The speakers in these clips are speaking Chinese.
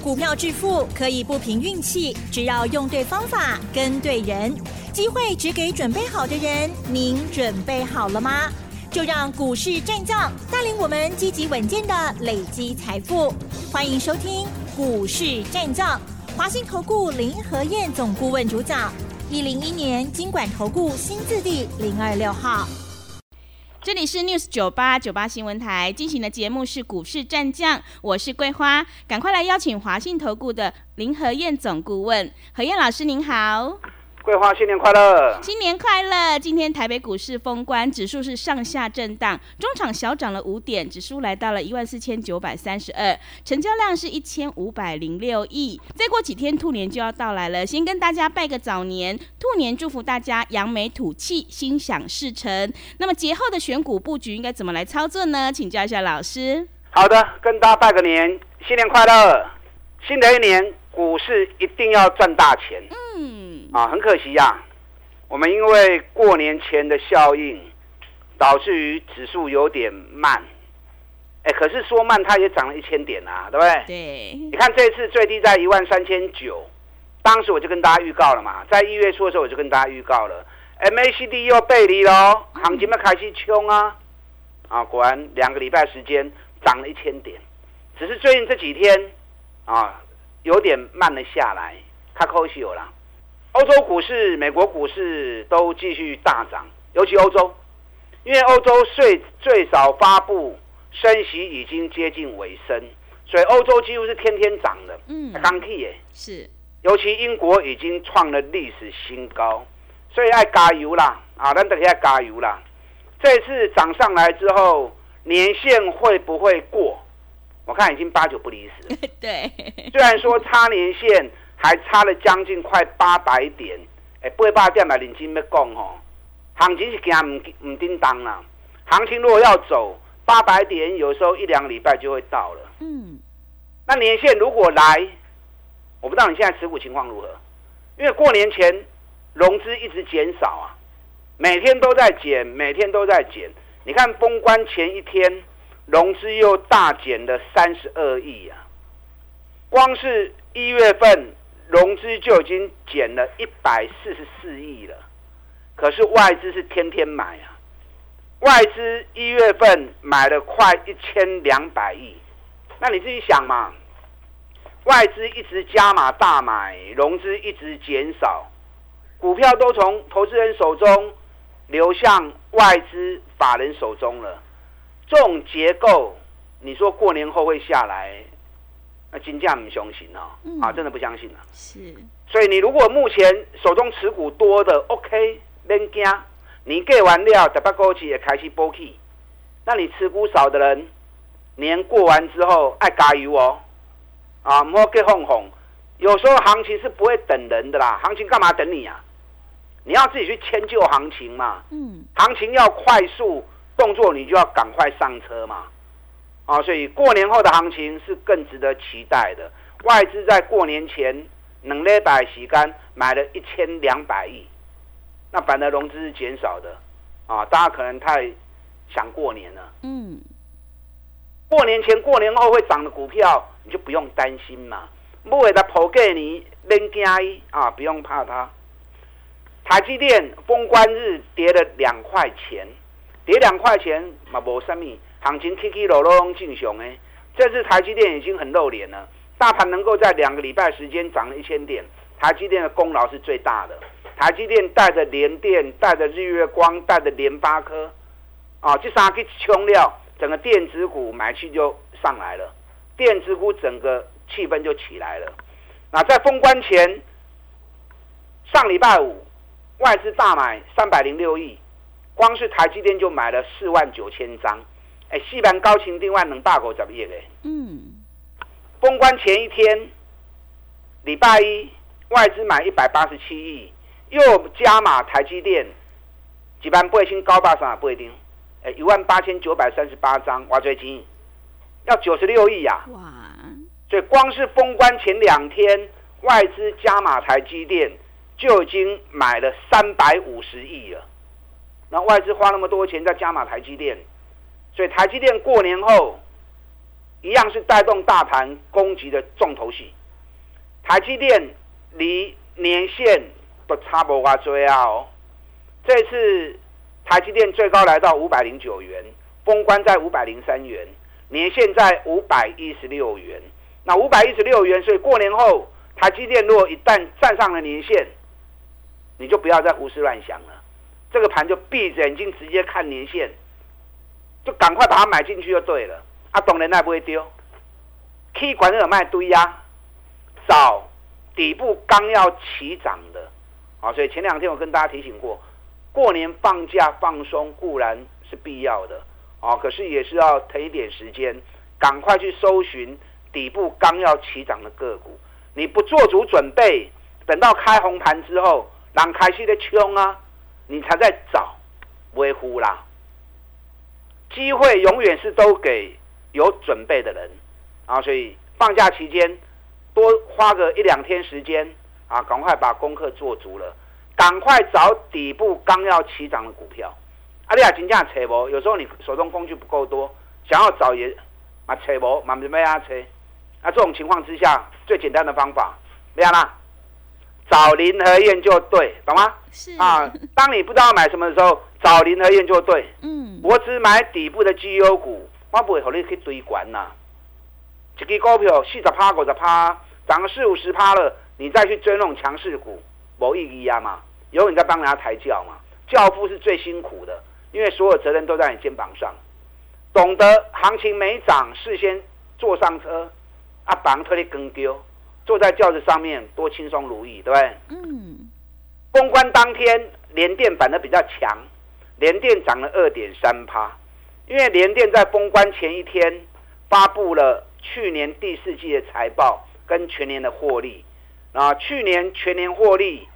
股票致富可以不凭运气，只要用对方法跟对人。机会只给准备好的人，您准备好了吗？就让股市战将带领我们积极稳健的累积财富。欢迎收听股市战将，华信投顾林和彥总顾问主讲，101年金管投顾新字第026号。 这里是 News 98新闻台进行的节目是股市战将，我是桂花，赶快来邀请华信投顾的林和彥总顾问，和彥老师您好。 桂花新年快乐！ 新年快乐！今天台北股市封关，指数是上下震荡，中场小涨了5点，指数来到了14932，成交量是1506亿。再过几天兔年就要到来了，先跟大家拜个早年，兔年祝福大家扬眉吐气，心想事成。那么节后的选股布局应该怎么来操作呢？请教一下老师。 好的，跟大家拜个年，新年快乐！新的一年股市一定要赚大钱。很可惜呀，我们因为过年前的效应，导致于指数有点慢。可是说慢，它也涨了1000点啊，对不对？ 对。 你看这次最低在13900，当时我就跟大家预告了嘛，在1月初的时候我就跟大家预告了 ，MACD 又背离咯，行情要开始冲啊！果然2个礼拜时间涨了1000点，只是最近这几天有点慢了下来，较可惜啦。欧洲股市、美国股市都继续大涨，尤其欧洲，因为欧洲最早发布升息已经接近尾声，所以欧洲几乎是天天涨的。刚起耶， 是。 尤其英国已经创了历史新高，所以要加油啦！咱得要加油啦！这次涨上来之后，年线会不会过？我看已经8九不离10了。 对， 虽然说差年线。还差了将近快800点，800点嘛，认真要讲行情是行唔叮当啦。行情如果要走800点，有时候1-2个礼拜就会到了。那年线如果来，我不知道你现在持股情况如何，因为过年前融资一直减少啊，每天都在减，每天都在减。你看封关前一天，融资又大减了32亿啊，光是1月份。融资就已经减了144亿了，可是外资是天天买啊！外资1月份买了快1200亿，那你自己想嘛，外资一直加码大买，融资一直减少，股票都从投资人手中流向外资法人手中了。这种结构，你说过年后会下来？那金价不相信真的不相信是， 所以你如果目前手中持股多的 ，OK， 别惊，你给完了，台北股市也开始波起。那你持股少的人，年过完之后爱加油哦，唔好给哄哄。有时候行情是不会等人的啦，行情干嘛等你啊？你要自己去迁就行情嘛。行情要快速动作，你就要赶快上车嘛。所以过年后的行情是更值得期待的。外资在过年前2礼拜时间买了1200亿，那反而融资是减少的大家可能太想过年了。过年前、过年后会涨的股票，你就不用担心嘛。不会它破过年，免惊伊不用怕它。台积电封关日跌了2块钱，跌2块钱嘛无什么。行情起起落落拢正常的，这次台积电已经很露脸了。大盘能够在2个礼拜时间涨了1000点，台积电的功劳是最大的。台积电带着联电、带着日月光、带着联发科，这3个冲了，整个电子股买气就上来了，电子股整个气氛就起来了。那在封关前，上礼拜五外资大买306亿，光是台积电就买了49000张。四万9千另外250亿嘞。封关前一天，礼拜一外资买187亿，又加码台积电18938张18938张，哇最钱要96亿呀！哇！所以光是封关前2天，外资加码台积电就已经买了350亿了。那外资花那么多钱在加码台积电。所以台积电过年后一样是带动大盘攻击的重头戏。台积电离年线都差不多多啊！这次台积电最高来到509元，封关在503元，年线在516元。那516元，所以过年后台积电如果一旦站上了年线，你就不要再胡思乱想了。这个盘就闭着眼睛直接看年线，就赶快把它买进去就对了。当然那不会丢，起管有卖堆啊，找底部刚要起涨的所以前2天我跟大家提醒过，过年放假放松固然是必要的可是也是要腾一点时间，赶快去搜寻底部刚要起涨的个股。你不做足准备，等到开红盘之后，人开始在冲啊，你才在找，微乎啦。机会永远是都给有准备的人所以放假期间多花个1-2天时间赶快把功课做足了，赶快找底部刚要起涨的股票。你也真正找不，有时候你手中工具不够多，想要找也找不，没办法找。这种情况之下，最简单的方法，怎样啦？找林和燕就对，懂吗？ 是当你不知道买什么的时候，找林和燕就对。我只买底部的绩优股，我不会让你去追管呐。一支股票40%、50%，涨个40-50%了，你再去追那种强势股，没意义嘛。永远在帮人家抬轿嘛，教父是最辛苦的，因为所有责任都在你肩膀上。懂得行情没涨，事先坐上车，绑特别跟丢，坐在轿子上面多轻松如意，对不对？封关当天，联电反而比较强，联电涨了2.3%，因为联电在封关前一天发布了去年第4季的财报跟全年的获利，去年全年获利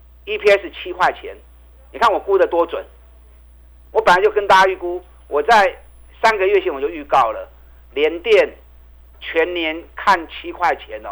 EPS 7块钱，你看我估的多准。我本来就跟大家预估，我在3个月前我就预告了，联电全年看7块钱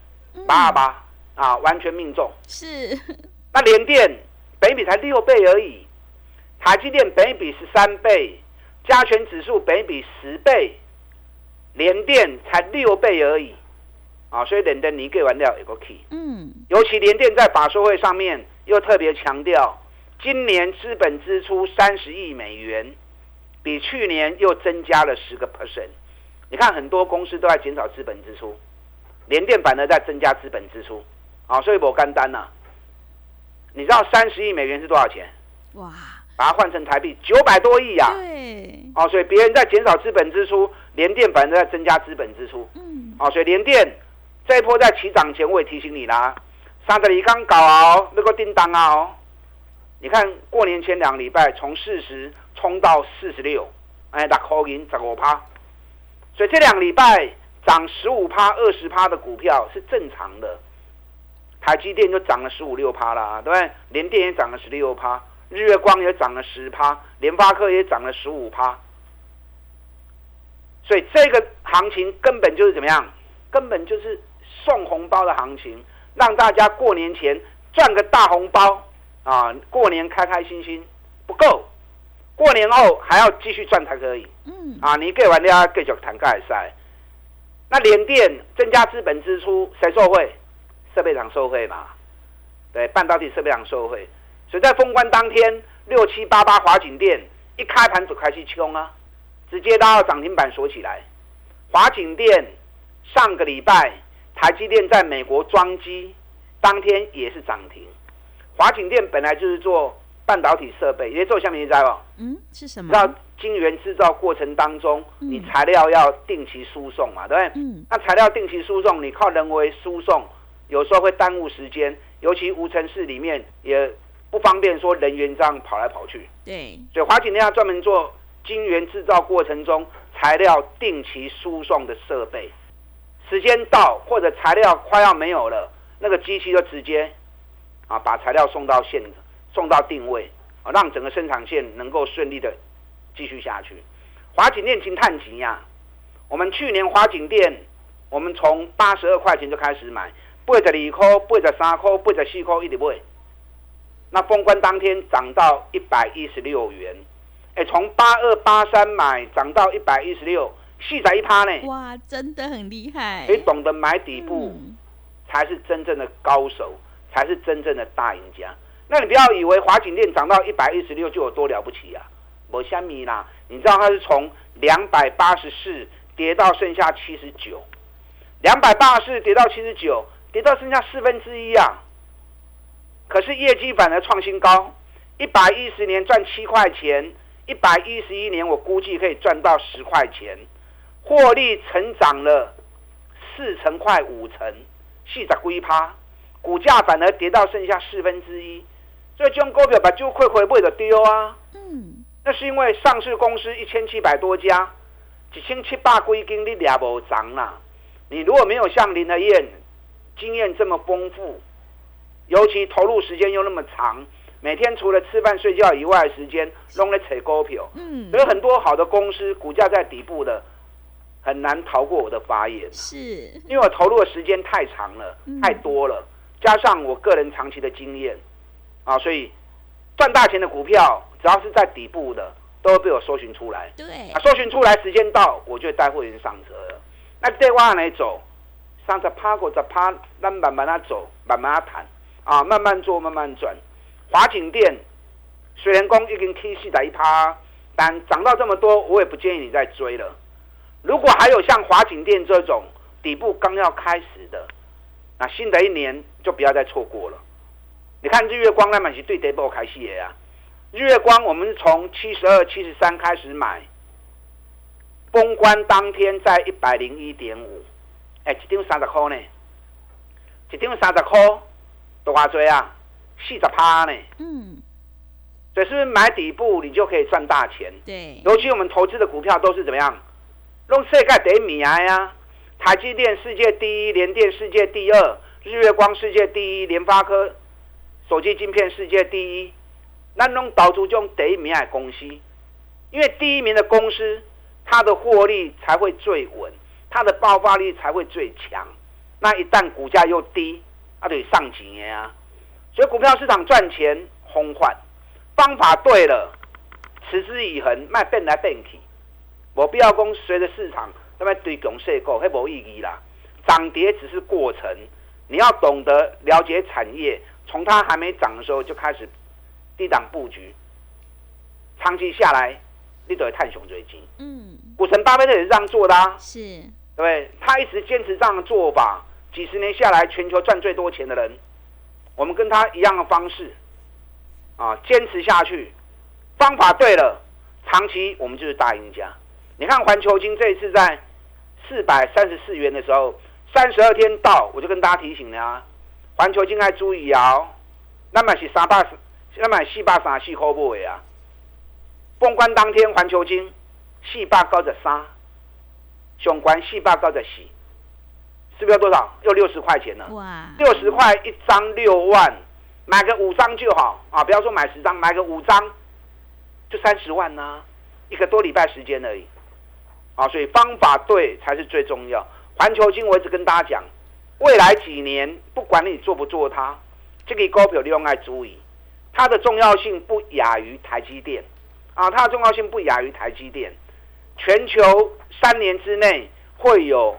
828完全命中。 是。 那联电本益比才6倍而已，台积电本益比13倍，加权指数本益比10倍，联电才6倍而已所以联电你给完料有个 key。尤其联电在法说会上面又特别强调，今年资本支出30亿美元，比去年又增加了10%。你看很多公司都在减少资本支出，联电反而在增加资本支出所以不简单呐。你知道30亿美元是多少钱？ 哇！ 把它换成台币900多亿啊！ 对所以别人在减少资本支出，联电反而在增加资本支出。所以联电这一波在起涨前，我也提醒你啦，32刚搞那个叮当你看过年前2个礼拜从40冲到46，大块银15%，所以这2个礼拜涨15%、20%的股票是正常的。台积电就涨了15-16%啦，对不对？联电也涨了16%，日月光也涨了10%，联发科也涨了15%。所以这个行情根本就是怎么样？根本就是送红包的行情，让大家过年前赚个大红包过年开开心心不够，过年后还要继续赚才可以。你给完了继续谈盖赛。那联电增加资本支出，谁受惠？设备厂受惠嘛，对，半导体设备厂受惠，所以在封关当天，6788华景电一开盘就开始冲直接拉到涨停板锁起来。华景电上个礼拜台积电在美国装机，当天也是涨停。华景电本来就是做半导体设备，也做下面你知道是什么？ 知道晶圆制造过程当中，你材料要定期输送嘛，对不对？那材料定期输送，你靠人为输送。有时候会耽误时间，尤其无尘室里面也不方便说人员这样跑来跑去。 对， 所以华景电要专门做晶圆制造过程中材料定期输送的设备。时间到或者材料快要没有了，那个机器就直接把材料送到定位让整个生产线能够顺利的继续下去。华景电金碳级我们去年华景电我们从82块钱就开始买。82块、83块、84块一直买，那封关当天涨到116元，从82、83买涨到116， 41%呢。 哇，真的很厉害。 所以懂得买底部，才是真正的高手，才是真正的大赢家。那你不要以为华景电涨到116就有多了不起啊，没虾米啦。你知道它是从284跌到剩下79，284跌到79，跌到剩下1/4啊。可是业绩反而创新高，110年赚7块钱，111年我估计可以赚到10块钱，获利成长了4成快5成，40几%，股价反而跌到剩下1/4，所以这种股票把就亏不就丢啊。那是因为上市公司1700多家，1700几间你抓不涨啦。你如果没有像林和燕经验这么丰富，尤其投入时间又那么长，每天除了吃饭睡觉以外的时间都在炒股票，所以很多好的公司股价在底部的很难逃过我的法眼， 是因为我投入的时间太长了，太多了，加上我个人长期的经验啊，所以赚大钱的股票只要是在底部的都会被我搜寻出来。 对， 搜寻出来时间到，我就带会员上车了。那对往哪里走？30%、50%，咱慢慢走，慢慢谈啊，慢慢做，慢慢赚。华景电虽然讲已经起41%，但涨到这么多，我也不建议你再追了。如果还有像华景电这种底部刚要开始的，那新的一年就不要再错过了。你看日月光，那嘛是对底部开始的啊。日月光我们是从72、73开始买，封关当天在101.5，一张30块呢，一张30块，多少多啊？40%呢。所以是不是买底部你就可以赚大钱？ 对， 尤其我们投资的股票都是怎么样？用世界第一名呀，台积电世界第一，联电世界第二，日月光世界第一，联发科手机晶片世界第一。咱拢投资种第一名的公司，因为第一名的公司，它的获利才会最稳，它的爆发力才会最强。那一旦股价又低，就上钱的啊。所以股票市场赚钱疯换，方法对了，持之以恒，卖变来变去，没必要讲随着市场那么堆强势股，那没意义啦。涨跌只是过程，你要懂得了解产业，从它还没涨的时候就开始低档布局，长期下来，你都会探熊追金。股神巴菲特也是这样做的啊， 是， 对不对？他一直坚持这样的做法，几十年下来，全球赚最多钱的人，我们跟他一样的方式，啊，坚持下去，方法对了，长期我们就是大赢家。你看环球金这一次在434元的时候，32天到，我就跟大家提醒了啊，环球金要注意哦，那么是434块买啊。封关当天，环球金493，上关494，是不是要多少？又60块钱了。 哇 ，60块一张6万，买个5张就好啊！不要说买10张，买个5张就30万啊，一个多礼拜时间而已啊！所以方法对才是最重要。环球金我一直跟大家讲，未来几年不管你做不做它，这个股票你要注意，它的重要性不亚于台积电啊，它的重要性不亚于台积电。全球3年之内会有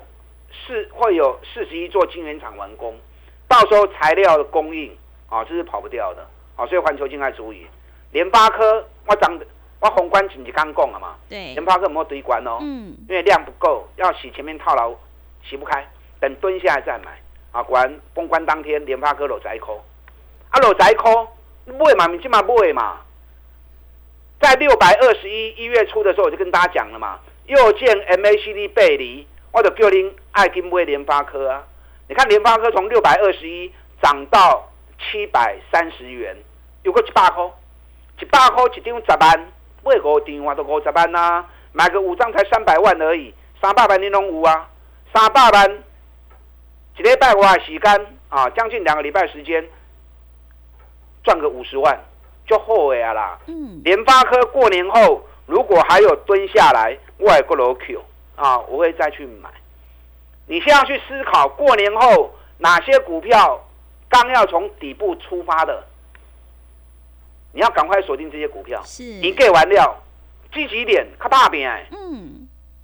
41座晶圆厂完工，到时候材料的供应啊，这是跑不掉的啊，所以环球金要注意。联发科我宏观前一刚讲了嘛， 对， 联发科有没有堆关哦？因为量不够，要洗前面套牢洗不开，等蹲下来再买啊。果然封关当天，联发科60块，60块买嘛，你起码买嘛。在621 1月初的时候，我就跟大家讲了嘛，又见 MACD 背离，我就叫您爱金买联发科啊。你看联发科从621涨到730元，有个100块，100块一张10万，买5张我都50万啊，买个5张才300万而已，300万你拢有啊，300万一礼拜外的时间啊，将近2个礼拜时间，赚个50万。就好的啦。联发科过年后如果还有蹲下来，我也过楼 Q 啊，我会再去买。你现在去思考过年后哪些股票刚要从底部出发的，你要赶快锁定这些股票。 是， 你给完料，积极一点，较打拼。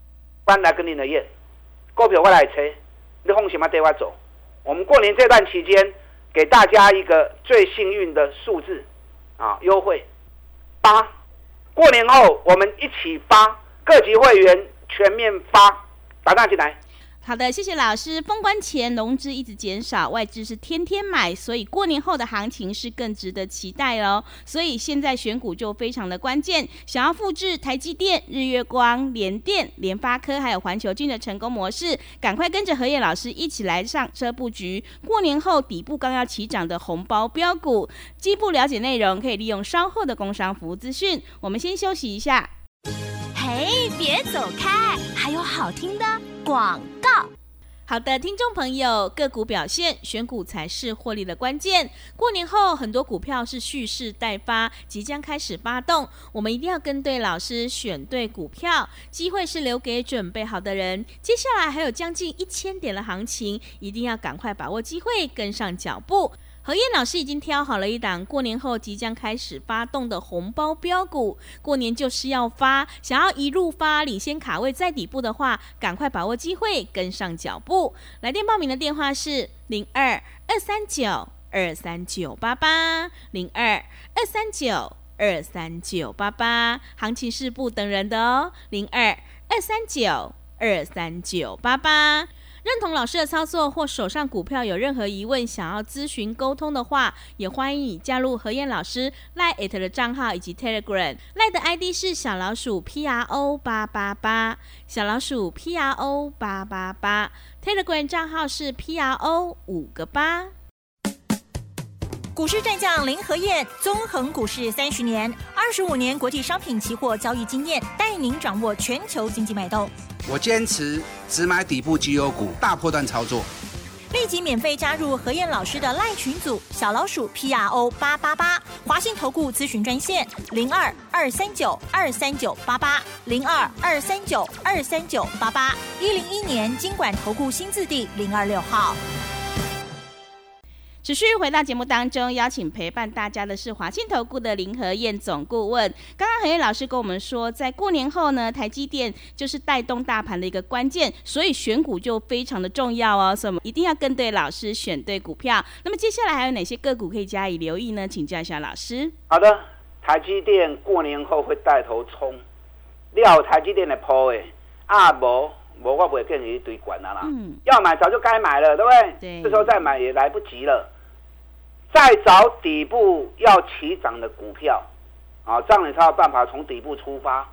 搬来跟您的宴，股票我来找，你放心嘛带我走。我们过年这段期间，给大家一个最幸运的数字啊，优惠8。过年后我们一起发，各级会员全面发，打上进来。 好的，谢谢老师。封关前融资一直减少，外资是天天买，所以过年后的行情是更值得期待哦。所以现在选股就非常的关键，想要复制台积电、日月光、联电、联发科还有环球晶的成功模式，赶快跟着何燕老师一起来上车布局。过年后底部刚要起涨的红包标股，进一步了解内容可以利用稍后的工商服务资讯。我们先休息一下。 嘿，别走开，还有好听的广告。 好的，听众朋友，个股表现，选股才是获利的关键。过年后，很多股票是蓄势待发，即将开始发动，我们一定要跟对老师，选对股票，机会是留给准备好的人。接下来还有将近1000点的行情，一定要赶快把握机会，跟上脚步。何燕老师已经挑好了一档过年后即将开始发动的红包标股，过年就是要发，想要一路发，领先卡位在底部的话，赶快把握机会，跟上脚步。来电报名的电话是02-239-23988 02-239-23988，行情是不等人的哦。02-239-23988。认同老师的操作或手上股票有任何疑问想要咨询沟通的话，也欢迎你加入何燕老师 LINE@ 的账号以及 Telegram。 LINE 的 ID 是小老鼠 PRO888， 小老鼠 PRO888， Telegram 账号是 PRO5个8。 股市战将林和燕，纵横股市30年，25年国际商品期货交易经验，带您掌握全球经济脉动。 我坚持只买底部绩优股，大波段操作。 立即免费加入何燕老师的 LINE 群组，小老鼠 PRO888， 华信投顾咨询专线02-239-23988 02-239-23988， 101年金管投顾新字第026号。 持续回到节目当中，邀请陪伴大家的是华信投顾的林和燕总顾问。刚刚何燕老师跟我们说，在过年后呢，台积电就是带动大盘的一个关键，所以选股就非常的重要哦。所以我们一定要跟对老师，选对股票。那么接下来还有哪些个股可以加以留意呢？请教一下老师。 好的，台积电过年后会带头冲，料台积电的铺的我不会跟你一堆管啦。要买早就该买了，对不对？ 对， 这时候再买也来不及了。再找底部要起涨的股票，啊，这样你才有办法从底部出发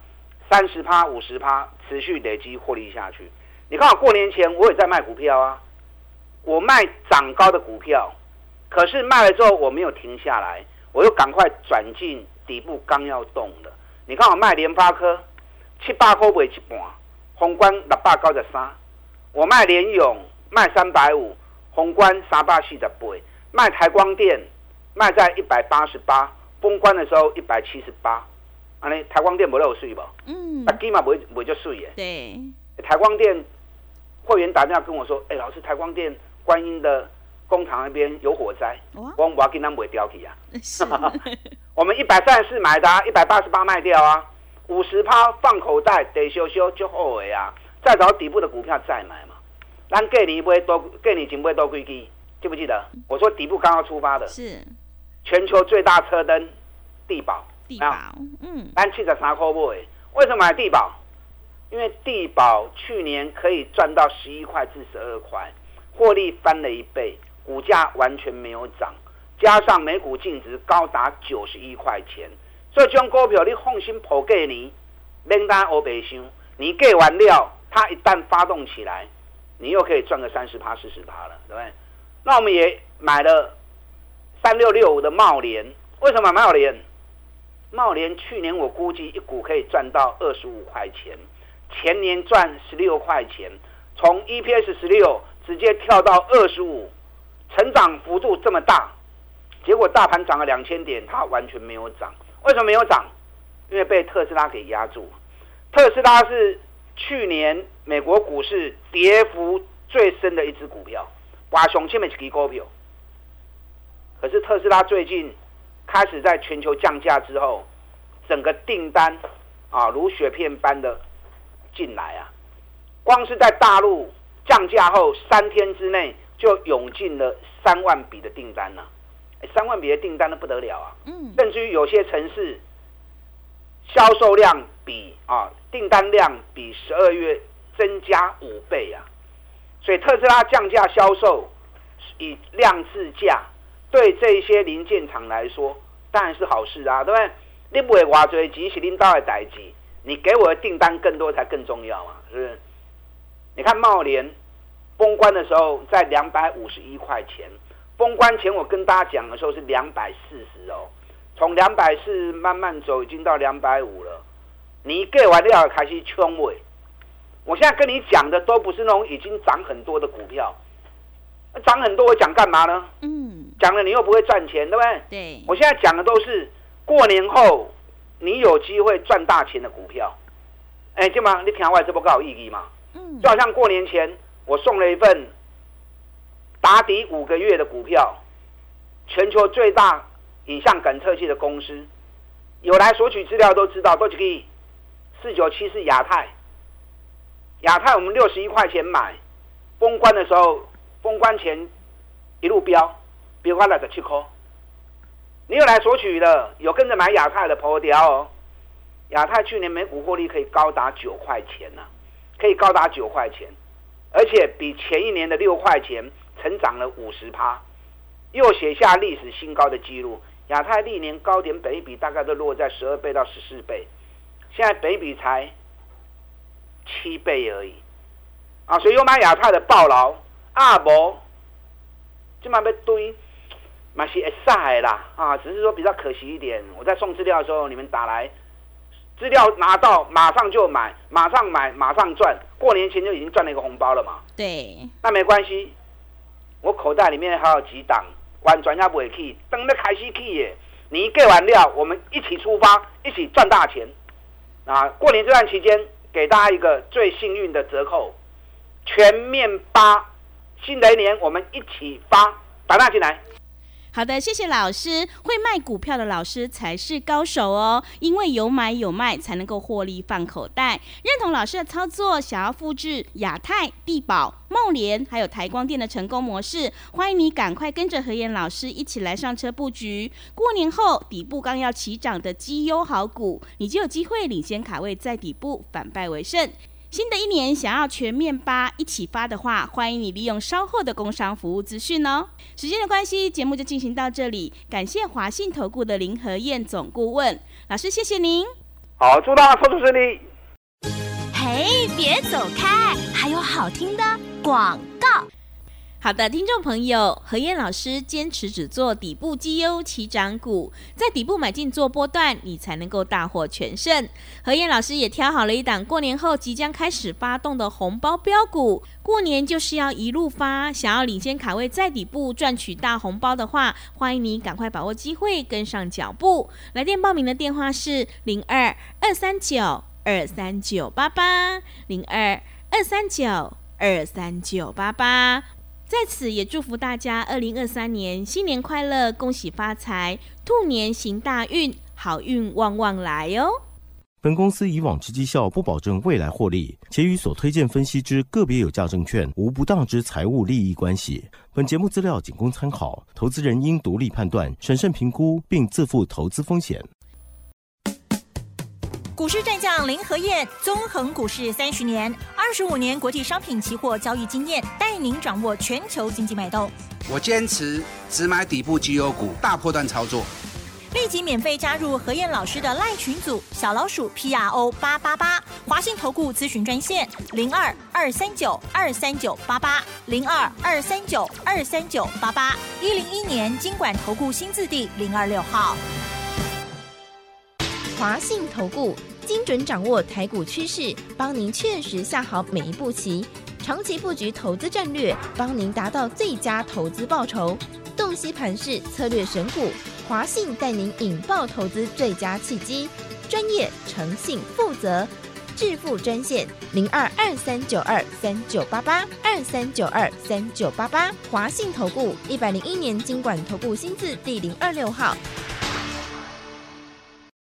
，30%、50%持续累积获利下去。你看我过年前我也在卖股票啊，我卖涨高的股票，可是卖了之后我没有停下来，我又赶快转进底部刚要动的。你看我卖联发科700块卖一半，宏观693，我卖联咏卖350，宏观348。卖台光电卖在188，封关的时候178，安尼台光电不漏水不？大基嘛不会就水耶。 对， 台光电会员打电话跟我说，老师，台光电观音的工厂那边有火灾，我要跟他们不会掉去啊。我们134买的，188卖掉啊，50%放口袋，得修修就好的啊。再找底部的股票再买嘛。咱过年前买多几支？记不记得？我说底部刚要出发的， 是全球最大车灯地保。咱73块买，为什么买地保？因为地保去年可以赚到11块至12块，获利翻了1倍，股价完全没有涨，加上每股净值高达91块钱，所以这种股票你放心抱过年，免单黑白想，你给完了，它一旦发动起来，你又可以赚个30%、40%了，对不对？那我们也买了3665的茂联，为什么买茂联？茂联去年我估计一股可以赚到25块钱，前年赚16块钱，从 EPS 16直接跳到25，成长幅度这么大，结果大盘涨了2000点，它完全没有涨。为什么没有涨？因为被特斯拉给压住。特斯拉是去年美国股市跌幅最深的一只股票。哇，雄起的一支股票，可是特斯拉最近开始在全球降价之后，整个订单啊如雪片般的进来啊， 光是在大陆降价后3天之内就涌进了3万笔的订单了，3万笔的订单都不得了啊！甚至于有些城市销售量订单量比12月增加5倍啊！所以特斯拉降价销售以量制价，对这些零件厂来说当然是好事啊，对不对？你不会挖追钱是领导的代志，你给我的订单更多才更重要嘛，是不是？你看茂联封关的时候在251块钱，封关前我跟大家讲的时候是240哦，从240慢慢走，已经到250了。你给完料开始冲尾，我现在跟你讲的都不是那种已经涨很多的股票，涨很多我讲干嘛呢？讲了你又不会赚钱，对不对？ 对， 我现在讲的都是过年后你有机会赚大钱的股票。对吗？你听我这不够有意义吗？就好像过年前我送了一份打底5个月的股票，全球最大影像感测器的公司，有来索取资料都知道，都可以。4974是亚太，亚太我们61块钱买，封关的时候，封关前一路飙到67块。你有来索取的，有跟着买亚太的朋友哦。亚太去年每股获利可以高达9块钱呢，可以高达9块钱，而且比前一年的6块钱成长了50%，又写下历史新高的记录。亚太历年高点本益比大概都落在12倍到14倍，现在本益比才7倍而已啊！所以有买亚太的抱牢无，这嘛要堆，嘛是会使的啦啊！只是说比较可惜一点，我在送资料的时候，你们打来。资料拿到马上就买，马上买马上赚，过年前就已经赚了一个红包了嘛。 对， 那没关系，我口袋里面还有几档完全也不会去，等着开始去耶。你给完料，我们一起出发，一起赚大钱啊！过年这段期间，给大家一个最幸运的折扣，全面发，新的一年我们一起发，打电话进来。 好的，谢谢老师。会卖股票的老师才是高手哦，因为有买有卖才能够获利放口袋。认同老师的操作，想要复制亚太、地保、茂联还有台光电的成功模式，欢迎你赶快跟着和妍老师一起来上车布局。过年后底部刚要起涨的绩优好股，你就有机会领先卡位，在底部反败为胜。新的一年想要全面发一起发的话，欢迎你利用稍后的工商服务资讯哦。时间的关系，节目就进行到这里，感谢华信投顾的林和燕总顾问老师，谢谢您。 好，祝大家操作顺利。 嘿，别走开，还有好听的广告。 好的，听众朋友，和燕老师坚持只做底部绩优起涨股，在底部买进做波段，你才能够大获全胜。和燕老师也挑好了一档过年后即将开始发动的红包标股，过年就是要一路发，想要领先卡位在底部赚取大红包的话，欢迎你赶快把握机会，跟上脚步。来电报名的电话是02-239-23988 02-239-23988。在此也祝福大家2023年新年快乐，恭喜发财，兔年行大运，好运旺旺来哦。 本公司以往之绩效不保证未来获利，且与所推荐分析之个别有价证券无不当之财务利益关系。本节目资料仅供参考，投资人应独立判断、审慎评估，并自负投资风险。 股市战将林和燕，纵横股市30年，25年国际商品期货交易经验，带您掌握全球经济脉动。 我坚持只买底部绩优股，大波段操作。 立即免费加入和燕老师的LINE群组，小老鼠 PRO888，华信投顾咨询专线02-239-23988 02-239-23988，101年金管投顾新字第026号。 华信投顾精准掌握台股趋势，帮您确实下好每一步棋，长期布局投资战略，帮您达到最佳投资报酬。洞悉盘势，策略选股，华信带您引爆投资最佳契机，专业、诚信、负责。致富专线02-2392-3988 2392-3988，华信投顾101年金管投顾新字第026号。